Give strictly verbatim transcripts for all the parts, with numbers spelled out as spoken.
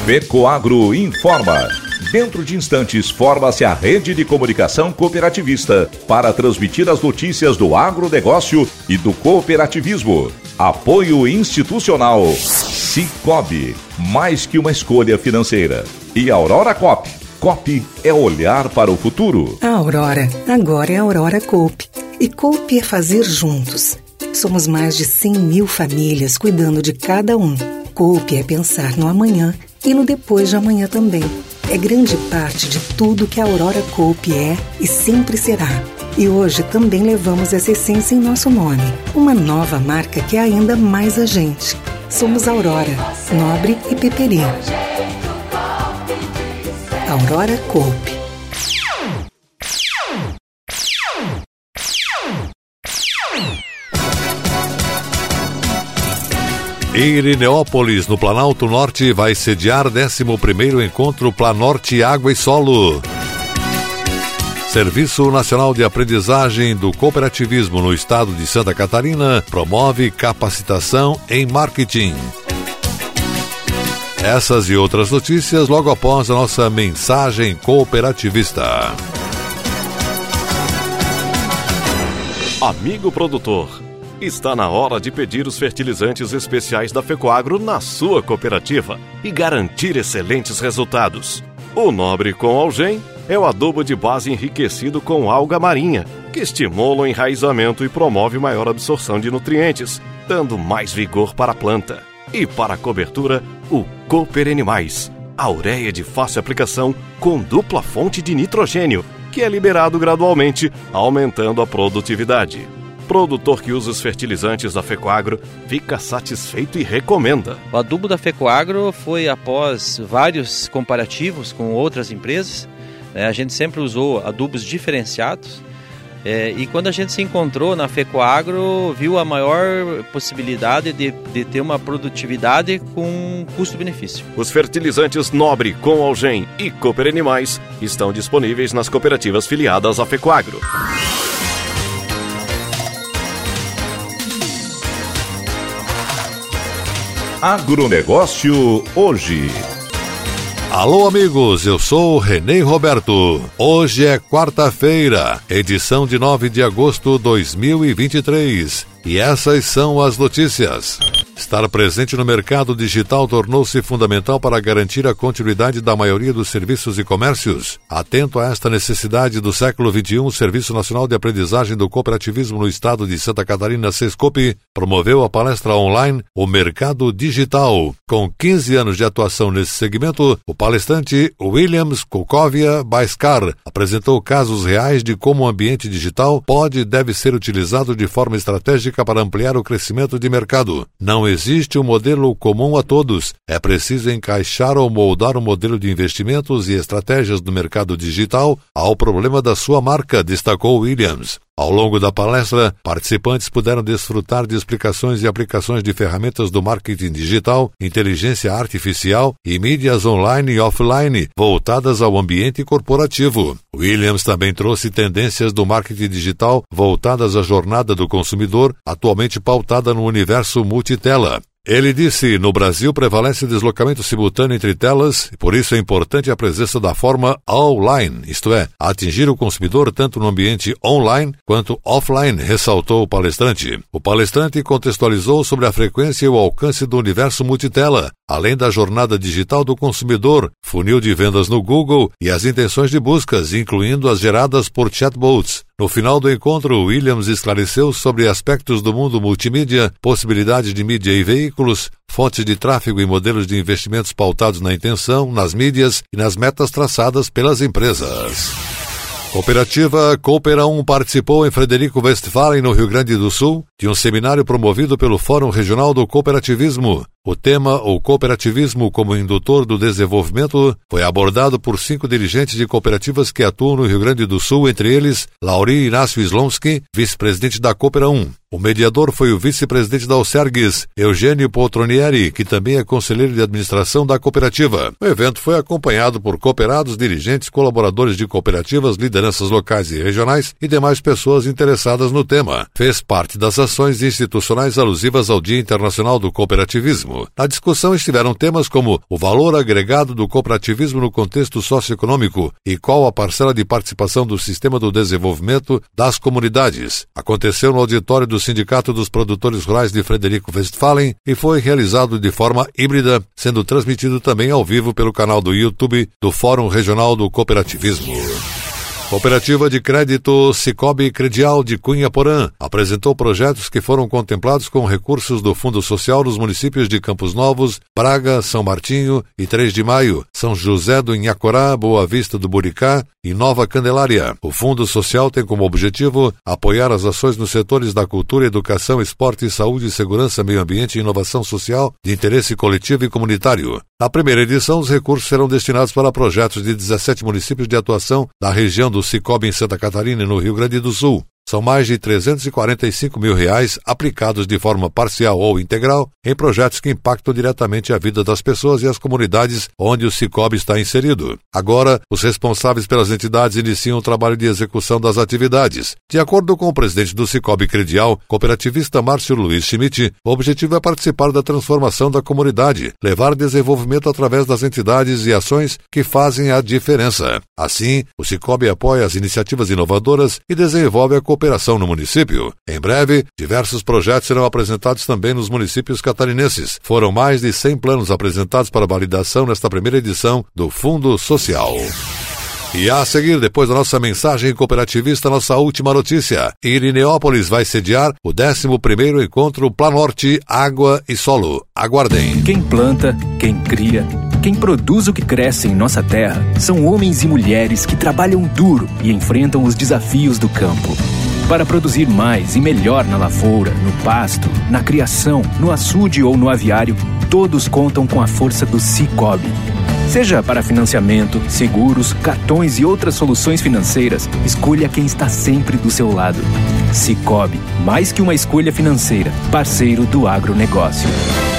FECOAGRO informa. Dentro de instantes, forma-se a rede de comunicação cooperativista para transmitir as notícias do agronegócio e do cooperativismo. Apoio institucional. Cicobi, mais que uma escolha financeira. E Aurora Coop. Coop é olhar para o futuro. A Aurora, agora é a Aurora Coop. E Coop é fazer juntos. Somos mais de cem mil famílias cuidando de cada um. Coop é pensar no amanhã e no depois de amanhã também. É grande parte de tudo que a Aurora Coop é e sempre será. E hoje também levamos essa essência em nosso nome. Uma nova marca que é ainda mais a gente. Somos Aurora, Nobre e Peperi. Aurora Coop. Irineópolis, no Planalto Norte, vai sediar décimo primeiro Encontro Planorte Água e Solo. Serviço Nacional de Aprendizagem do Cooperativismo no Estado de Santa Catarina promove capacitação em marketing. Essas e outras notícias logo após a nossa mensagem cooperativista. Amigo produtor, está na hora de pedir os fertilizantes especiais da FECOAGRO na sua cooperativa e garantir excelentes resultados. O Nobre com Algem é o adubo de base enriquecido com alga marinha, que estimula o enraizamento e promove maior absorção de nutrientes, dando mais vigor para a planta. E para a cobertura, o Cooper Animais, a ureia de fácil aplicação com dupla fonte de nitrogênio, que é liberado gradualmente, aumentando a produtividade. Produtor que usa os fertilizantes da FECOAGRO fica satisfeito e recomenda. O adubo da FECOAGRO foi após vários comparativos com outras empresas. Né? A gente sempre usou adubos diferenciados. É, e quando a gente se encontrou na FECOAGRO, viu a maior possibilidade de, de ter uma produtividade com custo-benefício. Os fertilizantes Nobre, com Algem e Cooper Animais estão disponíveis nas cooperativas filiadas à FECOAGRO. Agronegócio hoje. Alô amigos, eu sou Renê Roberto. Hoje é quarta-feira, edição de nove de agosto de dois mil e vinte e três. E essas são as notícias. Estar presente no mercado digital tornou-se fundamental para garantir a continuidade da maioria dos serviços e comércios. Atento a esta necessidade do século vinte e um, o Serviço Nacional de Aprendizagem do Cooperativismo no Estado de Santa Catarina, SESCOP, promoveu a palestra online O Mercado Digital. Com quinze anos de atuação nesse segmento, o palestrante Williams Kukovia Baiskar apresentou casos reais de como o ambiente digital pode e deve ser utilizado de forma estratégica para ampliar o crescimento de mercado. Não existe um modelo comum a todos. É preciso encaixar ou moldar o um modelo de investimentos e estratégias do mercado digital ao problema da sua marca, destacou Williams. Ao longo da palestra, participantes puderam desfrutar de explicações e aplicações de ferramentas do marketing digital, inteligência artificial e mídias online e offline, voltadas ao ambiente corporativo. Williams também trouxe tendências do marketing digital voltadas à jornada do consumidor, atualmente pautada no universo multitela. Ele disse, no Brasil prevalece o deslocamento simultâneo entre telas e por isso é importante a presença da forma online, isto é, atingir o consumidor tanto no ambiente online quanto offline, ressaltou o palestrante. O palestrante contextualizou sobre a frequência e o alcance do universo multitela, além da jornada digital do consumidor, funil de vendas no Google e as intenções de buscas, incluindo as geradas por chatbots. No final do encontro, Williams esclareceu sobre aspectos do mundo multimídia, possibilidades de mídia e veículos, fontes de tráfego e modelos de investimentos pautados na intenção, nas mídias e nas metas traçadas pelas empresas. Cooperativa Coopera um participou em Frederico Westphalen, no Rio Grande do Sul, de um seminário promovido pelo Fórum Regional do Cooperativismo. O tema, o cooperativismo como indutor do desenvolvimento, foi abordado por cinco dirigentes de cooperativas que atuam no Rio Grande do Sul, entre eles, Lauri Inácio Slomski, vice-presidente da Coopera um. O mediador foi o vice-presidente da Alcergues, Eugênio Poltronieri, que também é conselheiro de administração da cooperativa. O evento foi acompanhado por cooperados, dirigentes, colaboradores de cooperativas, lideranças locais e regionais e demais pessoas interessadas no tema. Fez parte das ações institucionais alusivas ao Dia Internacional do Cooperativismo. cooperativismo. Na discussão estiveram temas como o valor agregado do cooperativismo no contexto socioeconômico e qual a parcela de participação do sistema do desenvolvimento das comunidades. Aconteceu no auditório do Sindicato dos Produtores Rurais de Frederico Westphalen e foi realizado de forma híbrida, sendo transmitido também ao vivo pelo canal do YouTube do Fórum Regional do Cooperativismo. Cooperativa de Crédito Sicoob Credial de Cunha Porã apresentou projetos que foram contemplados com recursos do Fundo Social nos municípios de Campos Novos, Braga, São Martinho e três de Maio, São José do Inhacorá, Boa Vista do Buricá e Nova Candelária. O Fundo Social tem como objetivo apoiar as ações nos setores da cultura, educação, esporte, saúde, segurança, meio ambiente e inovação social de interesse coletivo e comunitário. Na primeira edição, os recursos serão destinados para projetos de dezessete municípios de atuação da região do Sicoob em Santa Catarina e no Rio Grande do Sul. São mais de trezentos e quarenta e cinco mil reais aplicados de forma parcial ou integral em projetos que impactam diretamente a vida das pessoas e as comunidades onde o Sicoob está inserido. Agora, os responsáveis pelas entidades iniciam o trabalho de execução das atividades. De acordo com o presidente do Sicoob Credial, cooperativista Márcio Luiz Schmidt, o objetivo é participar da transformação da comunidade, levar desenvolvimento através das entidades e ações que fazem a diferença. Assim, o Sicoob apoia as iniciativas inovadoras e desenvolve a cooperação Cooperação no município. Em breve, diversos projetos serão apresentados também nos municípios catarinenses. Foram mais de cem planos apresentados para validação nesta primeira edição do Fundo Social. E a seguir, depois da nossa mensagem cooperativista, nossa última notícia. Irineópolis vai sediar o décimo primeiro encontro Planorte Água e Solo. Aguardem. Quem planta, quem cria, quem produz o que cresce em nossa terra são homens e mulheres que trabalham duro e enfrentam os desafios do campo. Para produzir mais e melhor na lavoura, no pasto, na criação, no açude ou no aviário, todos contam com a força do Sicoob. Seja para financiamento, seguros, cartões e outras soluções financeiras, escolha quem está sempre do seu lado. Sicoob, mais que uma escolha financeira, parceiro do agronegócio.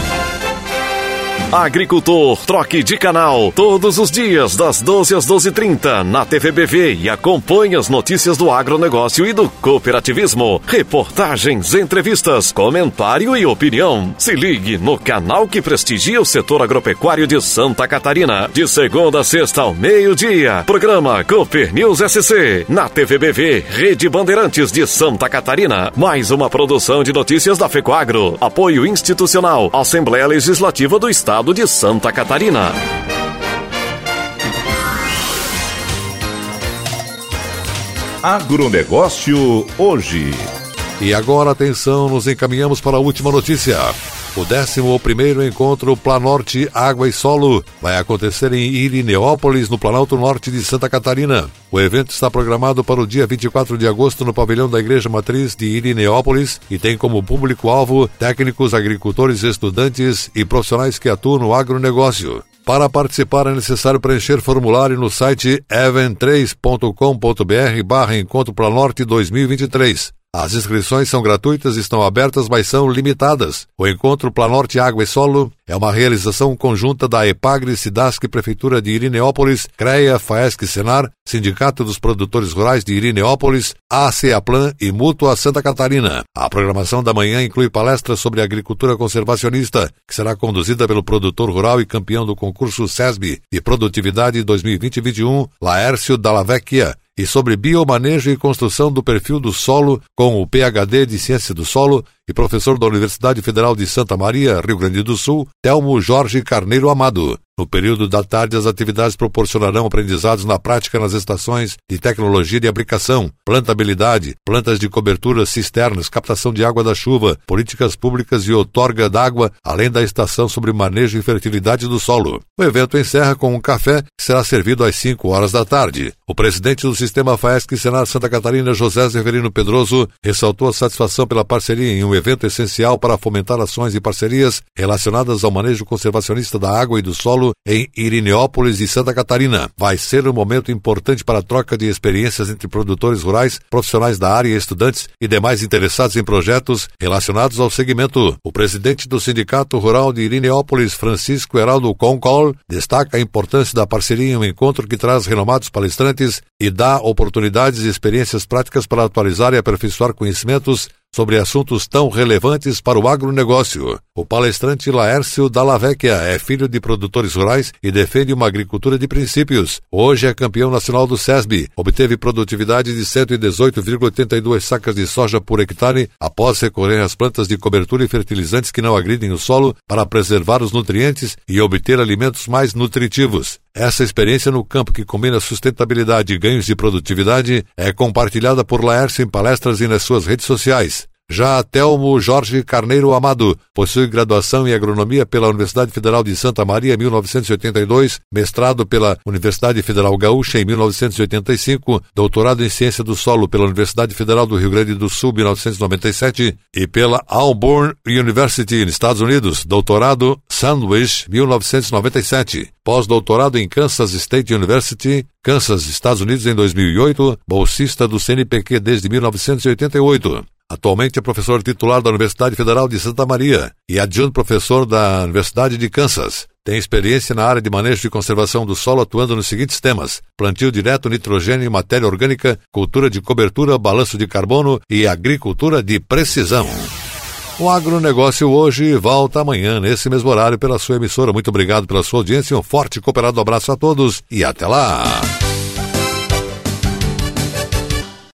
Agricultor, troque de canal todos os dias das doze às doze e trinta na T V B V e acompanhe as notícias do agronegócio e do cooperativismo. Reportagens, entrevistas, comentário e opinião. Se ligue no canal que prestigia o setor agropecuário de Santa Catarina. De segunda a sexta ao meio-dia. Programa Cooper News S C na T V B V, Rede Bandeirantes de Santa Catarina. Mais uma produção de notícias da FECOAGRO. Apoio institucional, Assembleia Legislativa do Estado de Santa Catarina. Agronegócio hoje. E agora, atenção, nos encaminhamos para a última notícia. O décimo primeiro encontro Planorte Água e Solo vai acontecer em Irineópolis, no Planalto Norte de Santa Catarina. O evento está programado para o dia vinte e quatro de agosto no pavilhão da Igreja Matriz de Irineópolis e tem como público-alvo técnicos, agricultores, estudantes e profissionais que atuam no agronegócio. Para participar é necessário preencher formulário no site even três ponto com ponto br barra Encontro Planorte dois mil e vinte e três. As inscrições são gratuitas e estão abertas, mas são limitadas. O Encontro Planorte Água e Solo é uma realização conjunta da EPAGRE, SIDASC, Prefeitura de Irineópolis, CREA, FAESC, Senar, Sindicato dos Produtores Rurais de Irineópolis, A C A Plan e Mútua Santa Catarina. A programação da manhã inclui palestras sobre agricultura conservacionista, que será conduzida pelo produtor rural e campeão do concurso SESB de Produtividade dois mil e vinte e vinte e um, Laércio Dalla Vecchia, e sobre biomanejo e construção do perfil do solo, com o P H D de Ciência do Solo e professor da Universidade Federal de Santa Maria, Rio Grande do Sul, Telmo Jorge Carneiro Amado. No período da tarde, as atividades proporcionarão aprendizados na prática nas estações de tecnologia de aplicação, plantabilidade, plantas de cobertura, cisternas, captação de água da chuva, políticas públicas e outorga d'água, além da estação sobre manejo e fertilidade do solo. O evento encerra com um café que será servido às cinco horas da tarde. O presidente do Sistema FAESC Senar Santa Catarina, José Severino Pedroso, ressaltou a satisfação pela parceria em um evento essencial para fomentar ações e parcerias relacionadas ao manejo conservacionista da água e do solo em Irineópolis e Santa Catarina. Vai ser um momento importante para a troca de experiências entre produtores rurais, profissionais da área, estudantes e demais interessados em projetos relacionados ao segmento. O presidente do Sindicato Rural de Irineópolis, Francisco Heraldo Concol, destaca a importância da parceria em um encontro que traz renomados palestrantes e dá oportunidades e experiências práticas para atualizar e aperfeiçoar conhecimentos sobre assuntos tão relevantes para o agronegócio. O palestrante Laércio Dallavecchia é filho de produtores rurais e defende uma agricultura de princípios. Hoje é campeão nacional do SESB. Obteve produtividade de cento e dezoito vírgula oitenta e duas sacas de soja por hectare após recorrer às plantas de cobertura e fertilizantes que não agridem o solo para preservar os nutrientes e obter alimentos mais nutritivos. Essa experiência no campo que combina sustentabilidade e ganhos de produtividade é compartilhada por Laércio em palestras e nas suas redes sociais. Já Telmo Jorge Carneiro Amado possui graduação em agronomia pela Universidade Federal de Santa Maria em mil novecentos e oitenta e dois, mestrado pela Universidade Federal Gaúcha em mil novecentos e oitenta e cinco, doutorado em ciência do solo pela Universidade Federal do Rio Grande do Sul em mil novecentos e noventa e sete e pela Auburn University nos Estados Unidos, doutorado Sandwich mil novecentos e noventa e sete, pós-doutorado em Kansas State University, Kansas, Estados Unidos em dois mil e oito, bolsista do C N P Q desde mil novecentos e oitenta e oito. Atualmente é professor titular da Universidade Federal de Santa Maria e adjunto professor da Universidade de Kansas. Tem experiência na área de manejo de conservação do solo, atuando nos seguintes temas: plantio direto, nitrogênio, matéria orgânica, cultura de cobertura, balanço de carbono e agricultura de precisão. O agronegócio hoje volta amanhã, nesse mesmo horário, pela sua emissora. Muito obrigado pela sua audiência, um forte e cooperado abraço a todos e até lá!